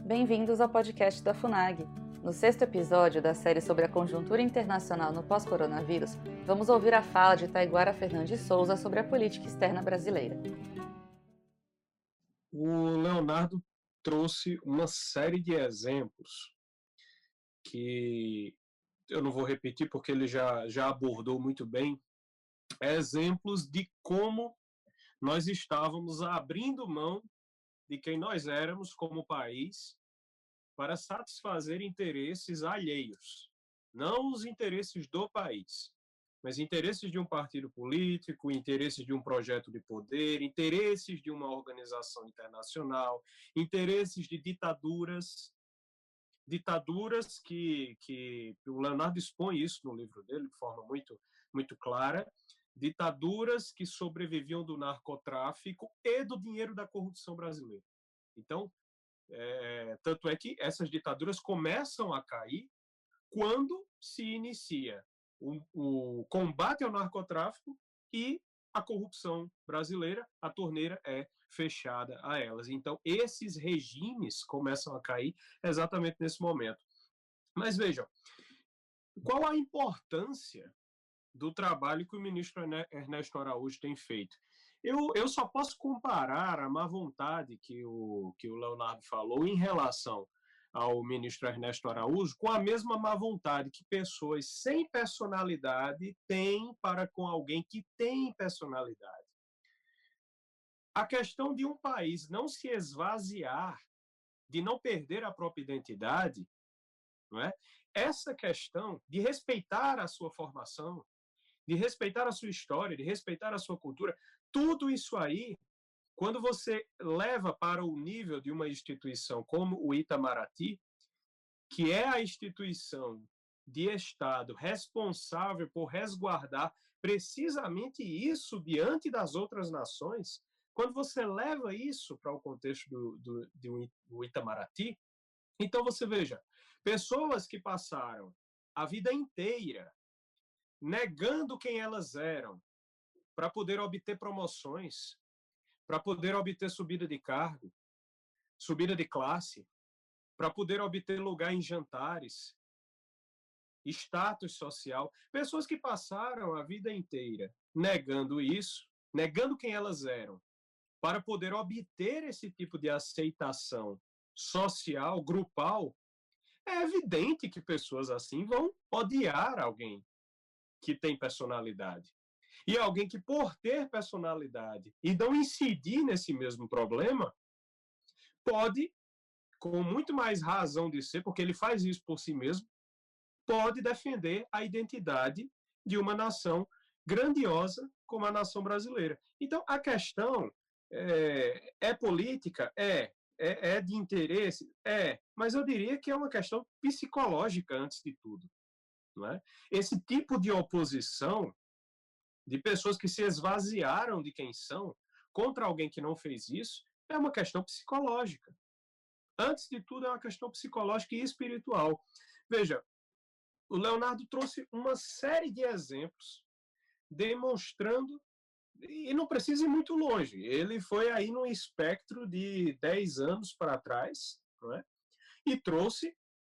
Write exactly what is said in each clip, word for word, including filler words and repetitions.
Bem-vindos ao podcast da FUNAG. No sexto episódio da série sobre a conjuntura internacional no pós-coronavírus, vamos ouvir a fala de Taiguara Fernandes Souza sobre a política externa brasileira. O Leonardo trouxe uma série de exemplos que eu não vou repetir porque ele já, já abordou muito bem, exemplos de como nós estávamos abrindo mão de quem nós éramos como país para satisfazer interesses alheios, não os interesses do país, mas interesses de um partido político, interesses de um projeto de poder, interesses de uma organização internacional, interesses de ditaduras, ditaduras que, que o Leonardo expõe isso no livro dele de forma muito, muito clara, ditaduras que sobreviviam do narcotráfico e do dinheiro da corrupção brasileira. Então, é, tanto é que essas ditaduras começam a cair quando se inicia o, o combate ao narcotráfico e a corrupção brasileira, a torneira é fechada a elas. Então, esses regimes começam a cair exatamente nesse momento. Mas vejam, qual a importância do trabalho que o ministro Ernesto Araújo tem feito? Eu, eu só posso comparar a má vontade que o, que o Leonardo falou em relação ao ministro Ernesto Araújo com a mesma má vontade que pessoas sem personalidade têm para com alguém que tem personalidade. A questão de um país não se esvaziar, de não perder a própria identidade, não é? Essa questão de respeitar a sua formação, de respeitar a sua história, de respeitar a sua cultura, tudo isso aí, quando você leva para o nível de uma instituição como o Itamaraty, que é a instituição de Estado responsável por resguardar precisamente isso diante das outras nações, quando você leva isso para o contexto do, do, do, do Itamaraty, então você veja, pessoas que passaram a vida inteira negando quem elas eram, para poder obter promoções, para poder obter subida de cargo, subida de classe, para poder obter lugar em jantares, status social. Pessoas que passaram a vida inteira negando isso, negando quem elas eram, para poder obter esse tipo de aceitação social, grupal, é evidente que pessoas assim vão odiar alguém que tem personalidade. E alguém que, por ter personalidade e não incidir nesse mesmo problema, pode, com muito mais razão de ser, porque ele faz isso por si mesmo, pode defender a identidade de uma nação grandiosa como a nação brasileira. Então, a questão é, é política? É. É, é de interesse? É. Mas eu diria que é uma questão psicológica, antes de tudo. Não é? Esse tipo de oposição de pessoas que se esvaziaram de quem são contra alguém que não fez isso é uma questão psicológica. Antes de tudo, é uma questão psicológica e espiritual. Veja, o Leonardo trouxe uma série de exemplos demonstrando, e não precisa ir muito longe, ele foi aí num espectro de dez anos para trás, não é? E trouxe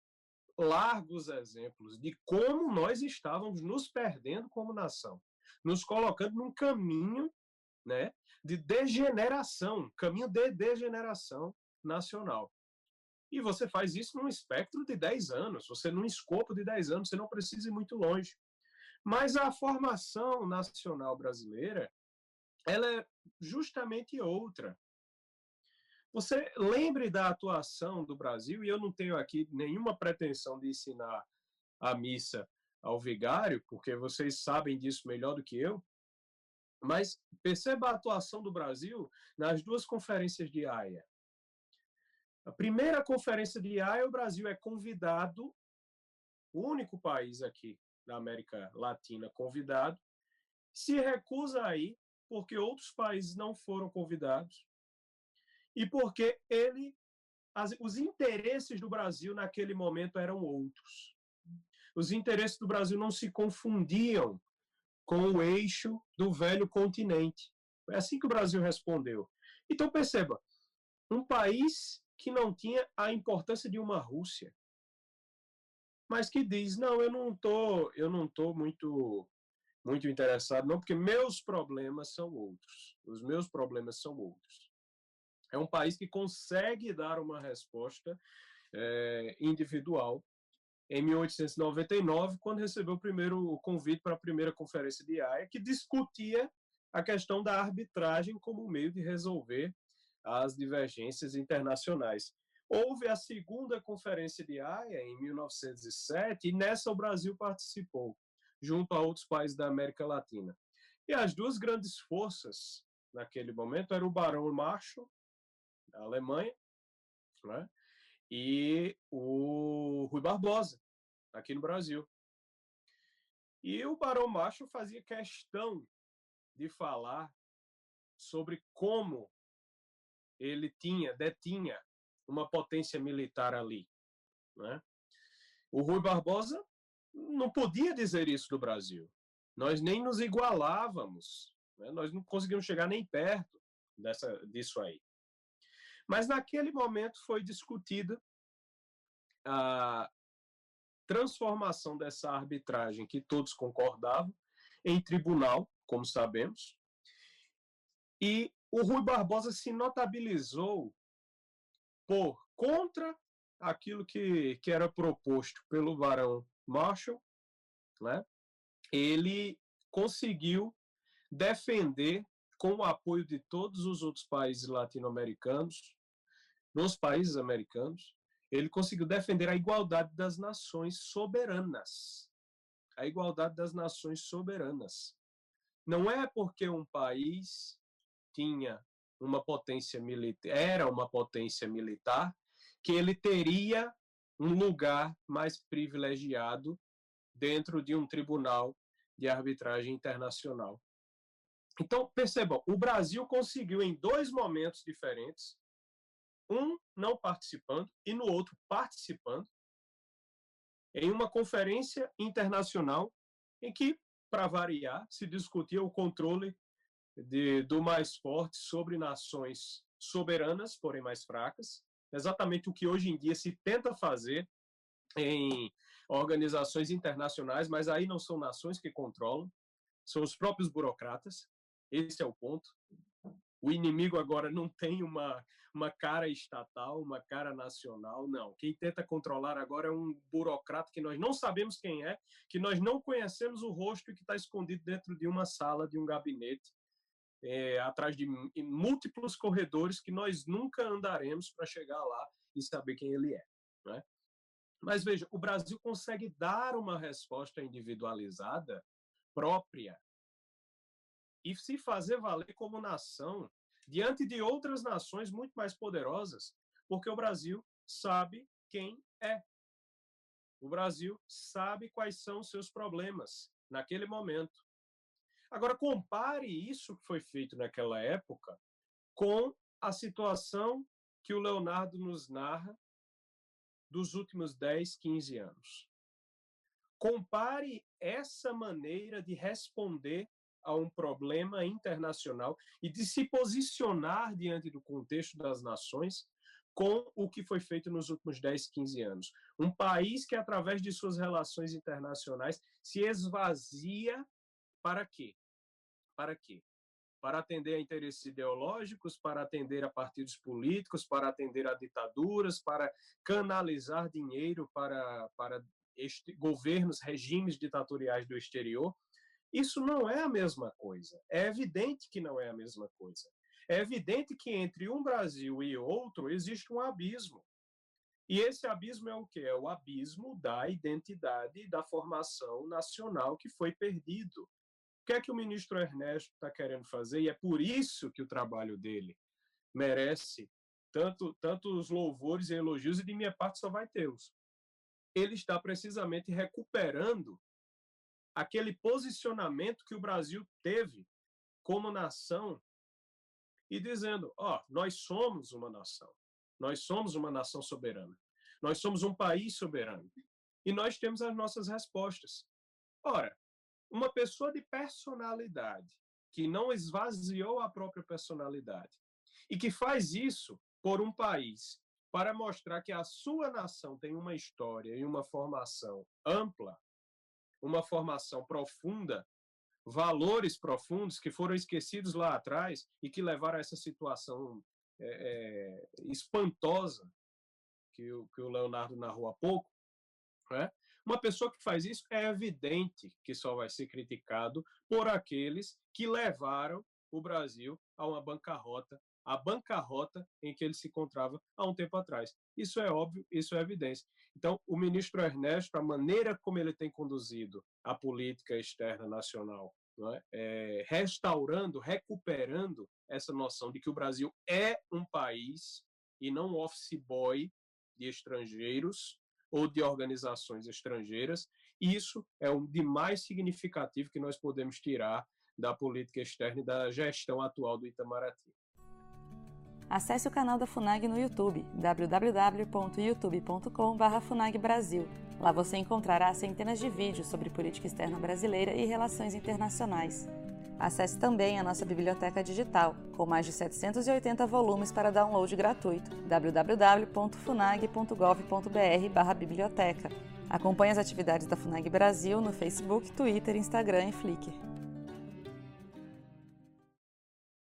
largos exemplos de como nós estávamos nos perdendo como nação, nos colocando num caminho, né, de degeneração, caminho de degeneração nacional. E você faz isso num espectro de dez anos, você num escopo de dez anos, você não precisa ir muito longe. Mas a formação nacional brasileira, ela é justamente outra. Você lembre da atuação do Brasil, e eu não tenho aqui nenhuma pretensão de ensinar a missa ao vigário, porque vocês sabem disso melhor do que eu, mas perceba a atuação do Brasil nas duas conferências de Haia. A primeira conferência de Haia, o Brasil é convidado, o único país aqui da América Latina convidado, se recusa a ir, porque outros países não foram convidados, e porque ele, as, os interesses do Brasil naquele momento eram outros. Os interesses do Brasil não se confundiam com o eixo do velho continente. É assim que o Brasil respondeu. Então, perceba, um país que não tinha a importância de uma Rússia, mas que diz, não, eu não tô, eu não tô muito muito interessado não, porque meus problemas são outros. Os meus problemas são outros. É um país que consegue dar uma resposta é, individual em mil oitocentos e noventa e nove, quando recebeu o primeiro convite para a primeira conferência de Haia, que discutia a questão da arbitragem como meio de resolver as divergências internacionais. Houve a segunda conferência de Haia, em mil novecentos e sete, e nessa o Brasil participou, junto a outros países da América Latina. E as duas grandes forças, naquele momento, eram o Barão Marshall, da Alemanha, né, e o Rui Barbosa, aqui no Brasil. E o Barão Marshall fazia questão de falar sobre como ele tinha, detinha uma potência militar ali, né? O Rui Barbosa não podia dizer isso do Brasil. Nós nem nos igualávamos, né? Nós não conseguimos chegar nem perto dessa, disso aí. Mas naquele momento foi discutida a transformação dessa arbitragem que todos concordavam em tribunal, como sabemos, e o Rui Barbosa se notabilizou por contra aquilo que, que era proposto pelo Barão Marshall, né? Ele conseguiu defender, com o apoio de todos os outros países latino-americanos, nos países americanos, ele conseguiu defender a igualdade das nações soberanas. A igualdade das nações soberanas. Não é porque um país tinha uma potência militar, era uma potência militar, que ele teria um lugar mais privilegiado dentro de um tribunal de arbitragem internacional. Então, percebam, o Brasil conseguiu em dois momentos diferentes, um não participando e no outro participando, em uma conferência internacional em que, para variar, se discutia o controle de, do mais forte sobre nações soberanas, porém mais fracas, exatamente o que hoje em dia se tenta fazer em organizações internacionais, mas aí não são nações que controlam, são os próprios burocratas. Esse é o ponto. O inimigo agora não tem uma, uma cara estatal, uma cara nacional, não. Quem tenta controlar agora é um burocrata que nós não sabemos quem é, que nós não conhecemos o rosto e que está escondido dentro de uma sala, de um gabinete, é, atrás de múltiplos corredores que nós nunca andaremos para chegar lá e saber quem ele é, né? Mas veja, o Brasil consegue dar uma resposta individualizada própria e se fazer valer como nação diante de outras nações muito mais poderosas, porque o Brasil sabe quem é. O Brasil sabe quais são os seus problemas naquele momento. Agora, compare isso que foi feito naquela época com a situação que o Leonardo nos narra dos últimos dez, quinze anos. Compare essa maneira de responder a um problema internacional e de se posicionar diante do contexto das nações com o que foi feito nos últimos dez, quinze anos. Um país que, através de suas relações internacionais, se esvazia para quê? Para quê? Para atender a interesses ideológicos, para atender a partidos políticos, para atender a ditaduras, para canalizar dinheiro para, para este, governos, regimes ditatoriais do exterior. Isso não é a mesma coisa. É evidente que não é a mesma coisa. É evidente que entre um Brasil e outro existe um abismo. E esse abismo é o quê? É o abismo da identidade e da formação nacional que foi perdido. O que é que o ministro Ernesto está querendo fazer? E é por isso que o trabalho dele merece tanto, tanto os louvores e elogios, e de minha parte só vai tê-los. Ele está precisamente recuperando aquele posicionamento que o Brasil teve como nação e dizendo, ó, oh, nós somos uma nação, nós somos uma nação soberana, nós somos um país soberano e nós temos as nossas respostas. Ora, uma pessoa de personalidade que não esvaziou a própria personalidade e que faz isso por um país para mostrar que a sua nação tem uma história e uma formação ampla, uma formação profunda, valores profundos que foram esquecidos lá atrás e que levaram a essa situação é, é, espantosa que o, que o Leonardo narrou há pouco, né? Uma pessoa que faz isso é evidente que só vai ser criticado por aqueles que levaram o Brasil a uma bancarrota, a bancarrota em que ele se encontrava há um tempo atrás. Isso é óbvio, isso é evidência. Então, o ministro Ernesto, a maneira como ele tem conduzido a política externa nacional, não é? É, restaurando, recuperando essa noção de que o Brasil é um país e não um office boy de estrangeiros ou de organizações estrangeiras, isso é o de mais significativo que nós podemos tirar da política externa e da gestão atual do Itamaraty. Acesse o canal da FUNAG no YouTube, w w w ponto youtube ponto com barra funag brasil. Lá você encontrará centenas de vídeos sobre política externa brasileira e relações internacionais. Acesse também a nossa biblioteca digital, com mais de setecentos e oitenta volumes para download gratuito, w w w ponto funag ponto gov ponto br barra biblioteca. Acompanhe as atividades da FUNAG Brasil no Facebook, Twitter, Instagram e Flickr.